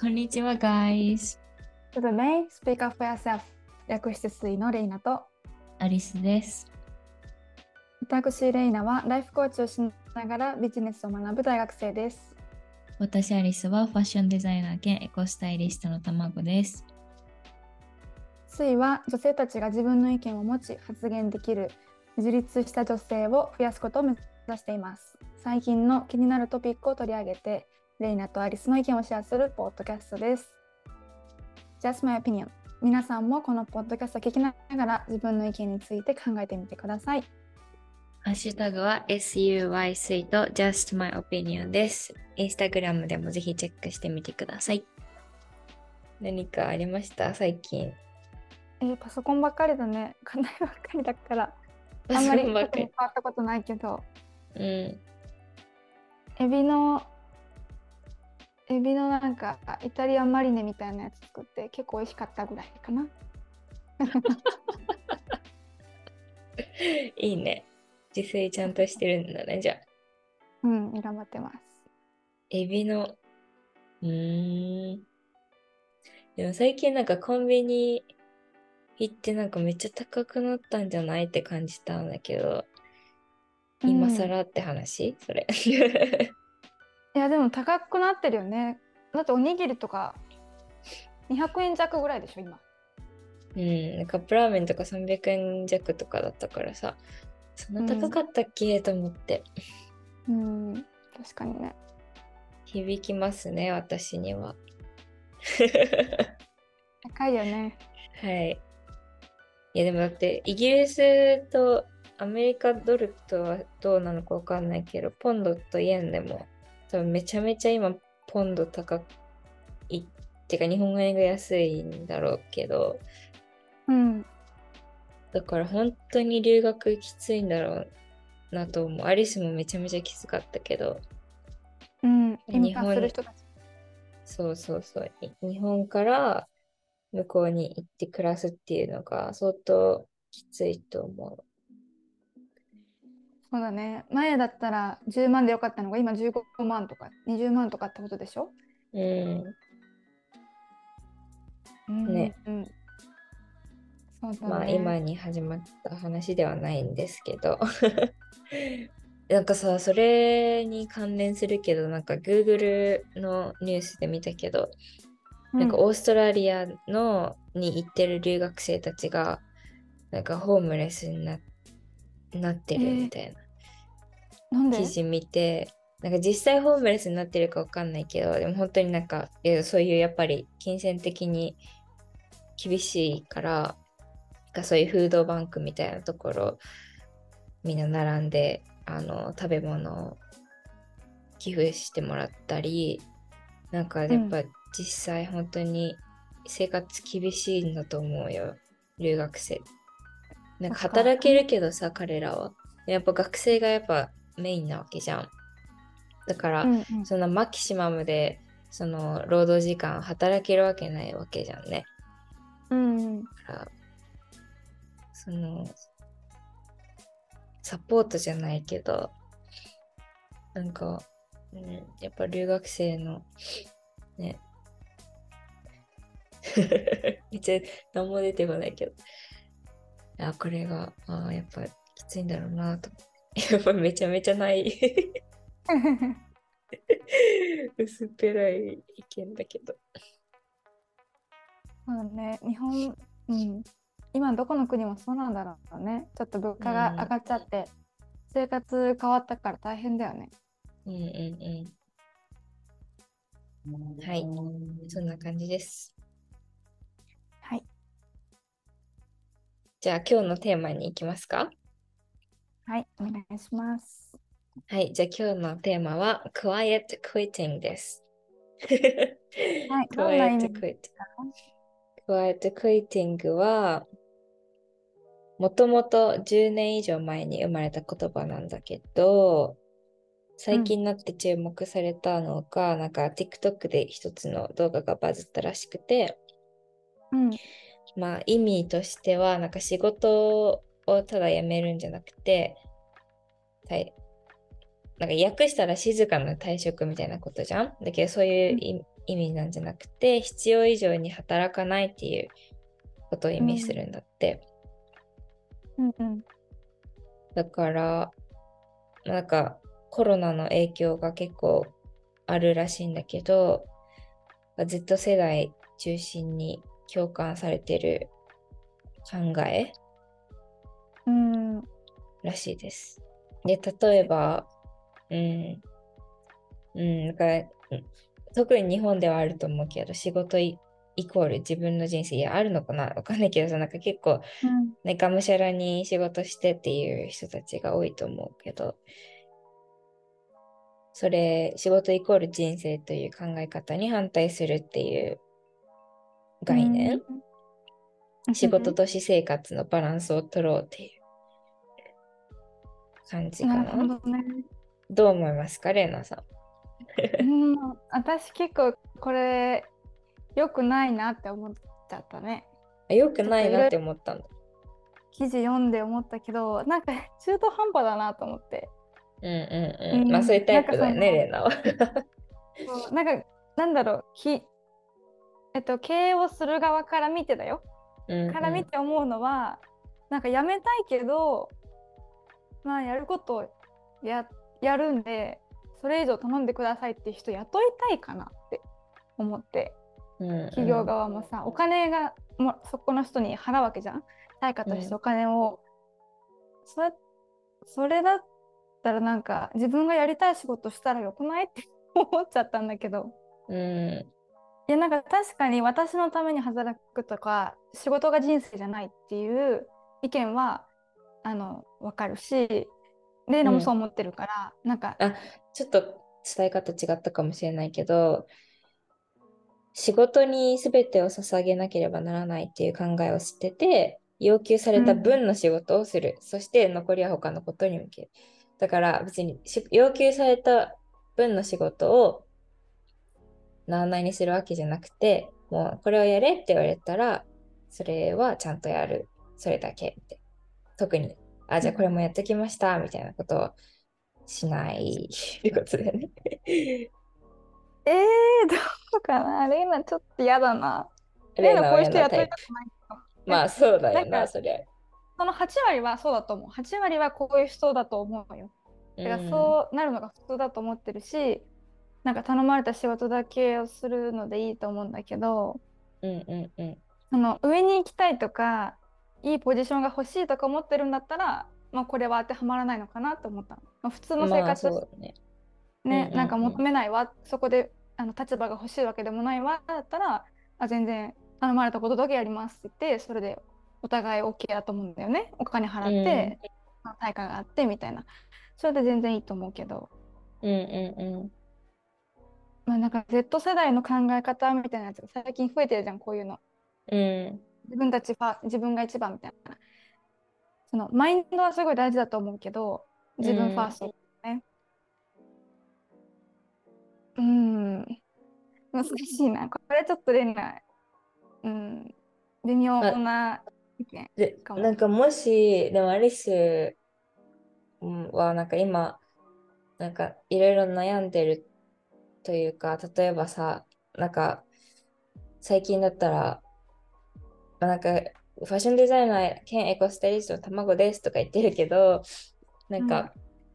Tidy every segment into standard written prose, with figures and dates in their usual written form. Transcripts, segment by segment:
こんにちは、guys。 Today, Speak Up for Yourself 略してスイのレイナとアリスです。 私レイナはライフコーチをしながらビジネスを学ぶ大学生です。 私、アリスはファッションデザイナー兼エコスタイリストの卵です。 スイは女性たちが自分の意見を持ち発言できる自立した女性を増やすことを目指しています。最近の気になるトピックを取り上げてレイナとアリスの意見をシェアするポッドキャストです。Just my opinion。皆さんもこのポッドキャストを聞きながら自分の意見について考えてみてください。 ハッシュタグは SUY スイート Just My Opinion です。インスタグラムでもぜひチェックしてみてください。何かありました最近？ パソコンばっかりだね。課題ばっかりだから、 パソあんまりコンばっかり。 特に変わったことないけど、 うん。 エビのなんかイタリアンマリネみたいなやつ作って結構美味しかったぐらいかな。 いいね。自炊ちゃんとしてるんだね、じゃあ。 うん、頑張ってます。 エビの、でも最近なんかコンビニ行ってなんかめっちゃ高くなったんじゃないって感じたんだけど、今うん、 更って話それ。 いやでも高くなってるよね。だっておにぎりとか200円弱ぐらいでしょ今。 うん、カップラーメンとか300円弱とかだったからさ、そんな高かったっけと思って。 うん、確かにね。 響きますね、私には。 高いよね。 はい。いやでもだってイギリスとアメリカドルとはどうなのかわかんないけど、ポンドとイエンでも多分めちゃめちゃ今ポンド高いってか日本円が安いんだろうけど、 うん、 だから本当に留学きついんだろうなと思う。アリスもめちゃめちゃきつかったけど、 うん、今する日本、 人たち。 そうそうそう、日本から向こうに行って暮らすっていうのが相当きついと思そうだね。前だったら10万でよかったのが今15万とか20万とかってことでしょ？ う。ううん、ね。 ん、うん、そうだまあね。 今に始まった話ではないんですけど。なんかさ、それに関連するけど、なんか Google のニュースで見たけど、なんかうん。 オーストラリアに行ってる留学生たちが、なんかホームレスになってるみー、 たいななんで？ 記事見て、なんか実際ホームレスになってるかわかんないけど、でも本当になんか、そういうやっぱり金銭的に厳しいから、なんかそういうフードバンクみたいなところ、みんな並んで、食べ物を寄付してもらったり、なんかうん。 やっぱ実際本当に生活厳しいんだと思うよ、留学生。なんかそっか。 働けるけどさ、彼らは。やっぱ学生がやっぱメインなわけじゃん。だから、 うんうん。 そのマキシマムで、その労働時間働けるわけないわけじゃんね。 うんうん。 だから、その、サポートじゃないけど、なんか、やっぱ留学生の、ね、めっちゃ何も出てこないけど、これが、やっぱきついんだろうなと思って。やっぱめちゃめちゃない薄っぺらい意見だけど。 そうだね。日本、うん。今どこの国もそうなんだろうね。ちょっと物価が上うん、 がっちゃって、生活変わったから大変だよね。 うん、はい。そんな感じです。 はい。 じゃあ今日のテーマに行きますか？ はい。お願いします。 はい。じゃあ今日のテーマは Quiet Quitting です。 はい。どんな Quiet 意味です Quitting。 か？ Quiet Quitting は、もともと10年以上前に生まれた言葉なんだけど、 うん。 最近になって注目されたのが、なんか TikTok で一つの動画がバズったらしくて、 うん。 まあ意味としては、なんか仕事をただ辞めるんじゃなくて、たいなんか訳したら静かな退職みたいなことじゃん。だけどそういううん。 意味なんじゃなくて、必要以上に働かないっていうことを意味するんだって。 うんうん。 だからなんかコロナの影響が結構あるらしいんだけど、Z 世代中心に共感されてる考えうん。 らしいです。で、例えば、なんか、特に日本ではあると思うけど、仕事イコール自分の人生、いや、あるのかなわかんないけどさ、なんか結構、 うん。 ね、がむしゃらに仕事してっていう人たちが多いと思うけど、それ、仕事イコール人生という考え方に反対するっていう概念、仕事と私生活のバランスを取ろうっていう感じかなるほな。 どね。 どう思いますか、レイナさん。 うん、私結構これ良くないなって思っちゃったね。 よくちょっないなってといろいろ思ったんだ。 記事読んで思ったけど、なんか中途半端だなと思って。 うんうんうん。まあそううん、 いうタなんかイプだよね、レイナは。 そうなんか、なんだろう、経営をする側から見てだよ。 うんから見うて思うのは、なんか辞めたいけど、まあやることをや、やるんで、それ以上頼んでくださいっていう人雇いたいかなって思って。 ん企業う側もさ、お金がそこの人に払うわけじゃん。対価んうんとしてお金を。それ、それだったらなんか自分がやりたい仕事したらよくないって思っちゃったんだけど。 うんいやなんか確かに私のために働くとか仕事が人生じゃないっていう意見は分かるし、レイナもそううん。 思ってるからなんか、 あ、ちょっと伝え方違ったかもしれないけど、仕事に全てを捧げなければならないっていう考えを知ってて、要求されたうん、 分の仕事をする。そして残りは他のことに向ける。だから別に要求された分の仕事をなあなあにするわけじゃなくて、もうこれをやれって言われたら、それはちゃんとやる。それだけって。特に、あ、じゃあこれもやってきました、みたいなことをしないってことだよね。 どうかな、レイナちょっと嫌だな。レイナこういうレナは嫌人雇いたなタイプ。 くないかも。 まあそうだよな、 なんかそりゃ。 その8割はそうだと思う。8割はこういう人だと思うよ。 うだからん、 そうなるのが普通だと思ってるし、なんか頼まれた仕事だけをするのでいいと思うんだけど、 うんうんうん。 その上に行きたいとか、いいポジションが欲しいとか思ってるんだったら、まあ、これは当てはまらないのかなと思ったの。まあ、普通の生まあ活そうだね。うんね、なんか求うんめないわ、そこで立場が欲しいわけでもないわだったら、全然頼まれたことだけやりますって言って、それでお互い OK だと思うんだよね。お金払うん。 って、まあ対価があってみたいな。それで全然いいと思うけど、 うんうんまあ、なんか Z 世代の考え方みたいなやつが最近増えてるじゃん、こういうの。 うん。 自分が一番みたいな。そのマインドはすごい大事だと思うけど、 う自分ファーん。 ストね。うん、難しいな。これちょっとレンナ、うん、微妙まあ、 な意見で、 かも。 なんかもし、でもアリスはなんか今、なんかいろいろ悩んでるというか、例えばさ、なんか最近だったら、まあなんかファッションデザイナー兼エコスタイリストの卵ですとか言ってるけど、なうん、 んか、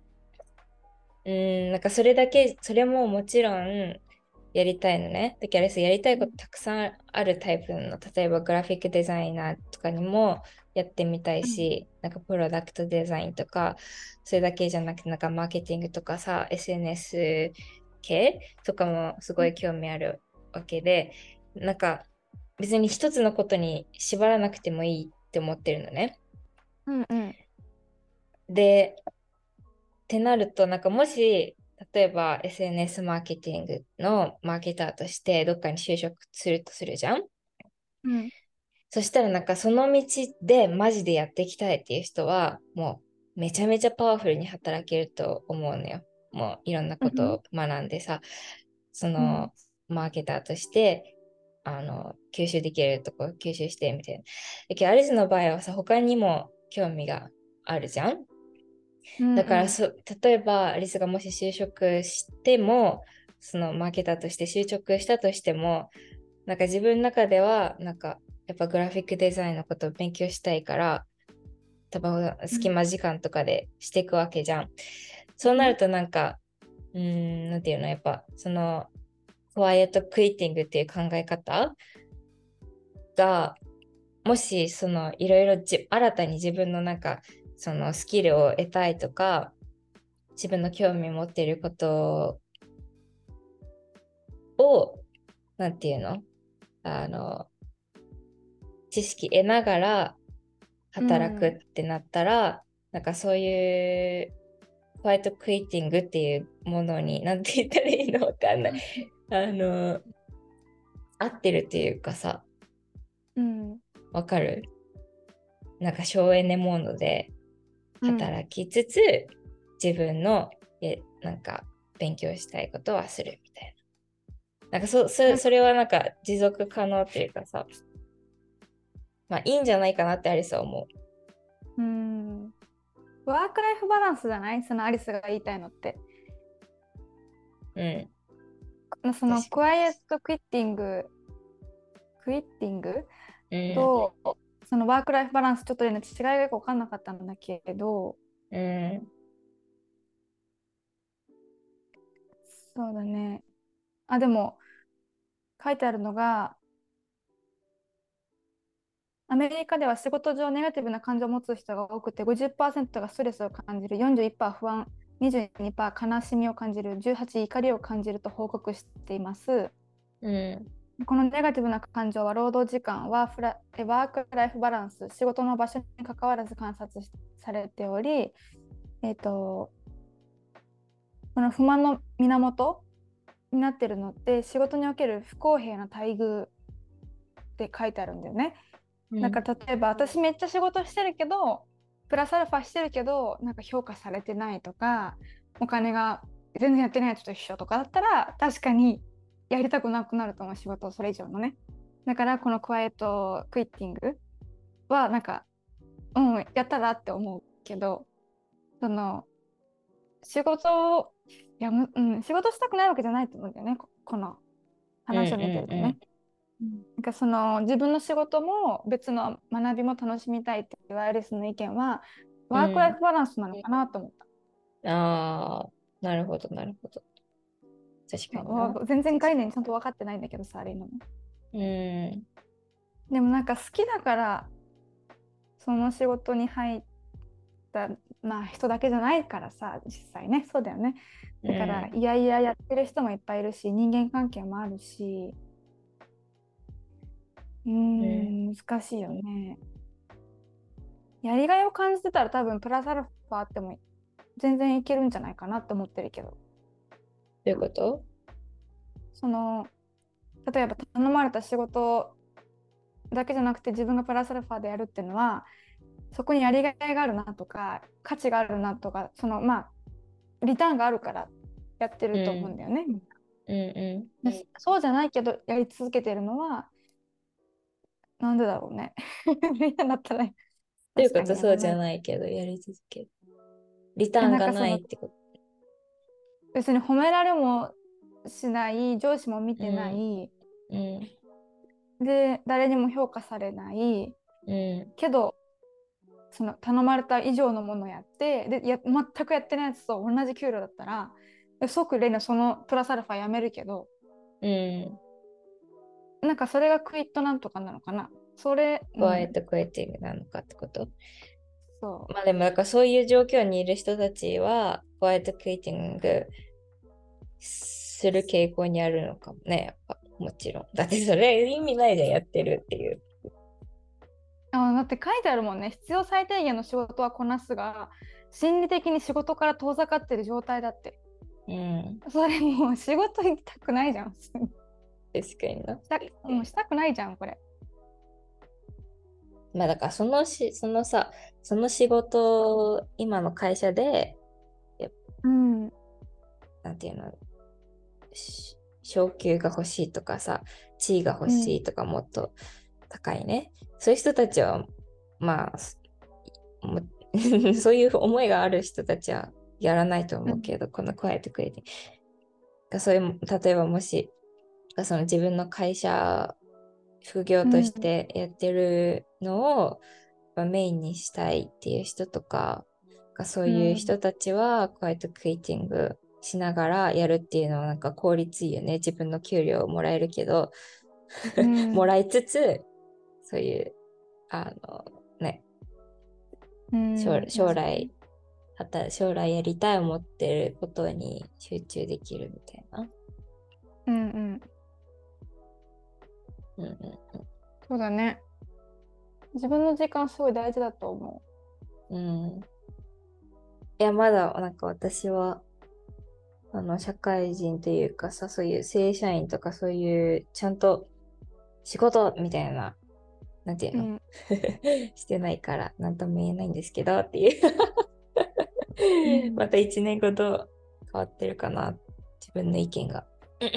なんかそれだけ、それももちろんやりたいのね。だけどあれやりたいことたくさんあるタイプの、例えばグラフィックデザイナーとかにもやってみたいうん、 し、なんかプロダクトデザインとか、それだけじゃなくて、なんかマーケティングとかさ、SNS 系とかもすごい興味あるわけで、なんか別に一つのことに縛らなくてもいいって思ってるのね。 うん、うん、 で、ってなると、なんかもし、例えば SNS マーケティングのマーケターとしてどっかに就職するとするじゃん。 うん、 そしたらなんかその道でマジでやっていきたいっていう人はもうめちゃめちゃパワフルに働けると思うのよ。もういろんなうん、 ことを学んでさ、そうん、 のマーケターとして吸収できるとこ吸収してみたいな。だけどアリスの場合はさ、他にも興味があるじゃん。 うん、うん、 だから例えばアリスがもし就職してもそのマーケターとして就職したとしても、なんか自分の中では、なんかやっぱグラフィックデザインのことを勉強したいから、多分隙間時間とかでしていくわけじゃん。そうなるとなんか、なんていうの、やっぱその、クワイエットクイッティングっていう考え方が、もしそのいろいろ新たに自分のなんかそのスキルを得たいとか、自分の興味持っていることを、なんていうの、あの、知識得ながら働くってなったら、なんかそういうホワイトクイッティングっていうものに、なんて言ったらいいのわかんない。合ってるっていうかさ、わかる？なんか省エネモードで働きつつ、自分のなんか勉強したいことはするみたいな。なんかそれはなんか持続可能っていうかさ、まあいいんじゃないかなってアリスは思ワークライフバランスじゃない？そのアリスが言いたいのって。そのクワイエットクイッティングと、そのワークライフバランスちょっと違いがよく分かんなかったんだけど、そうだね。でも書いてあるのが、アメリカでは仕事上ネガティブな感情を持つ人が多くて、50%がストレスを感じる、41%不安、22%悲しみを感じる、18%怒りを感じると報告しています。このネガティブな感情は労働時間、ワークライフバランス、仕事の場所に関わらず観察されており、この不満の源になってるのって仕事における不公平な待遇って書いてあるんだよね。なんか例えば私めっちゃ仕事してるけど、プラスアルファしてるけどなんか評価されてないとか、お金が全然やってない人と一緒とかだったら確かにやりたくなくなると思う、仕事それ以上のね。だからこのクワイエットクイッティングはなんかやったらって思うけど、その仕事を仕事したくないわけじゃないと思うんだよね、この話を見てるとね。なんかその自分の仕事も別の学びも楽しみたいっていうアイリスの意見はワークライフバランスなのかなと思った。 ああ、なるほど、なるほど。確かにな。 全然概念ちゃんと分かってないんだけどさ、あれのも。でもなんか好きだからその仕事に入った人だけじゃないからさ、実際ね、そうだよね。だからいやいややってる人もいっぱいいるし、人間関係もあるし、難しいよね。やりがいを感じてたら多分プラスアルファあっても全然いけるんじゃないかなって思ってるけど。どういうこと？ その例えば頼まれた仕事だけじゃなくて自分がプラスアルファでやるっていうのは、そこにやりがいがあるなとか価値があるなとか、そのリターンがあるからやってると思うんだよね。そうじゃないけどやり続けてるのはなんでだろうね。みんなだったらということ？そうじゃないけどやり続ける。リターンがないってこと？ 別に褒められもしない、上司も見てない、で誰にも評価されない、けどその頼まれた以上のものをやってで全くやってないやつと同じ給料だったら即例のそのプラスアルファやめるけど、なんかそれがクイットなんとかなのかな、それクワイエットクイッティングなのかってこと？ そう。 まあでもなんかそういう状況にいる人たちはクワイエットクイッティングする傾向にあるのかもね、やっぱもちろん。だってそれ意味ないじゃん、やってるっていう。 だって書いてあるもんね、必要最低限の仕事はこなすが心理的に仕事から遠ざかってる状態だって。それもう仕事行きたくないじゃん。 確かにな。 もうしたくないじゃんこれ。 まあだからその仕事、今の会社で、なんていうの、昇給が欲しいとかさ、地位が欲しいとか、もっと高いね。そういう人たちは、まあ、そういう思いがある人たちはやらないと思うけど、このクワイエットクイッティング。 そういう、例えばもし、その自分の会社、副業としうんてやってるのをメインにしたいっていう人とか、そういううん人たちは、こうやってクイーティングしながらやるっていうのはなんか効率いいよね。自分の給料をもらえるけど、 うんもらいつつ、そういう、ね、将うん将来、将来やりたい思ってることに集中できるみたいな。 うんうん。 うんうん。 そうだね。自分の時間すごい大事だと思うん。いや、まだなんか私は、社会人というかさ、そういう正社員とかそういうちゃんと仕事みたいな、なんていうう。うのん。 してないからなんとも言えないんですけどっていううん、 また1年後どう変わってるかな、自分の意見が。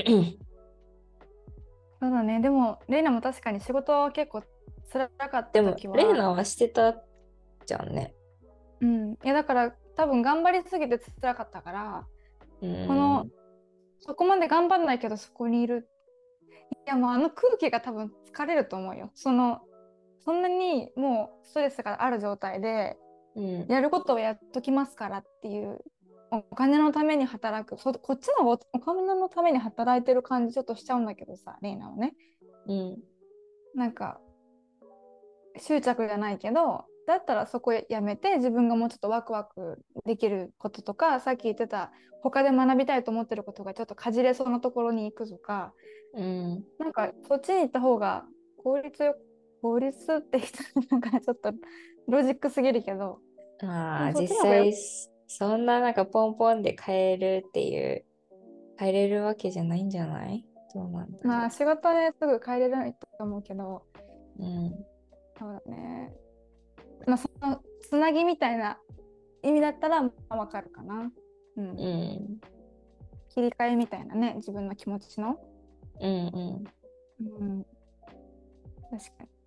そうだね。でも、レイナも確かに仕事は結構辛かったでも、 時は、 レイナはしてたじゃんね。 うん。いや、だから多分頑張りすぎて辛かったから、 うこの、 ーん。 そこまで頑張んないけどそこにいる。いや、もうあの空気が多分疲れると思うよ。そんなにもうストレスがある状態で、 うん。 やることをやっときますからっていう、お金のために働く、こっちのお金のために働いてる感じちょっとしちゃうんだけどさ、レイナはね。 うん。 なんか執着じゃないけど、だったらそこやめて自分がもうちょっとワクワクできることとか、さっき言ってた他で学びたいと思ってることがちょっとかじれそうなところに行くとか、 うん。 なんかそっちに行った方が効率って人なんかちょっとロジックすぎるけど、でもそっ実ちの方が際、そんななんかポンポンで変えるっていう、変えれるわけじゃないんじゃない？どうなんだろまあ仕事ですぐ帰れないと思うけど、 う。うん。 そうだね。まあそのつなぎみたいな意味だったらまあわかるかな。ううん。 ん。 切り替えみたいなね、自分の気持ちの。 うん。うん。 うん。確かに。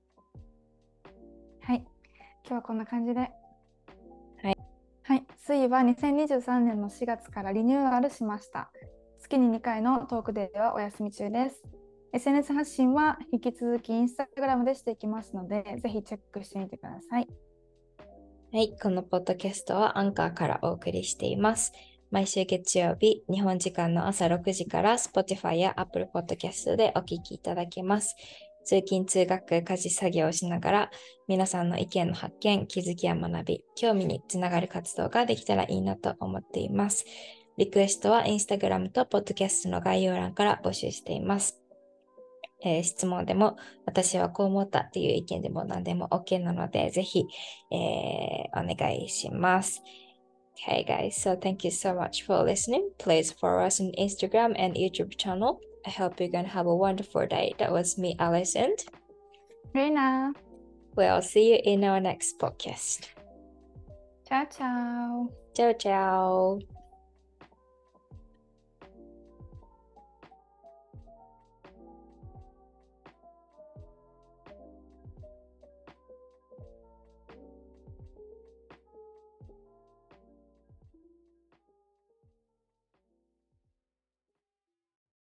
はい。今日はこんな感じで。 はい。 はい。水は2023年の4月からリニューアルしました。月に2回のトークデーはお休み中です。SNS 発信は引き続きインスタグラムでしていきますので、ぜひチェックしてみてください。 はい、このポッドキャストはアンカーからお送りしています。毎週月曜日、日本時間の朝6時から Spotify や Apple Podcast でお聞きいただけます。通勤・通学・家事作業をしながら、皆さんの意見の発見、気づきや学び、興味につながる活動ができたらいいなと思っています。リクエストは Instagram と Podcast の概要欄から募集しています。質問でも私はこう思ったっていう意見でも何でも OK なのでぜひ、お願いします。Okay, guys, so thank you so much for listening. Please follow us on Instagram and YouTube channel. I hope you're gonna have a wonderful day. That was me, Alice, and レイナー、 we'll see you in our next podcast. チャオチャオ。 Ciao, ciao.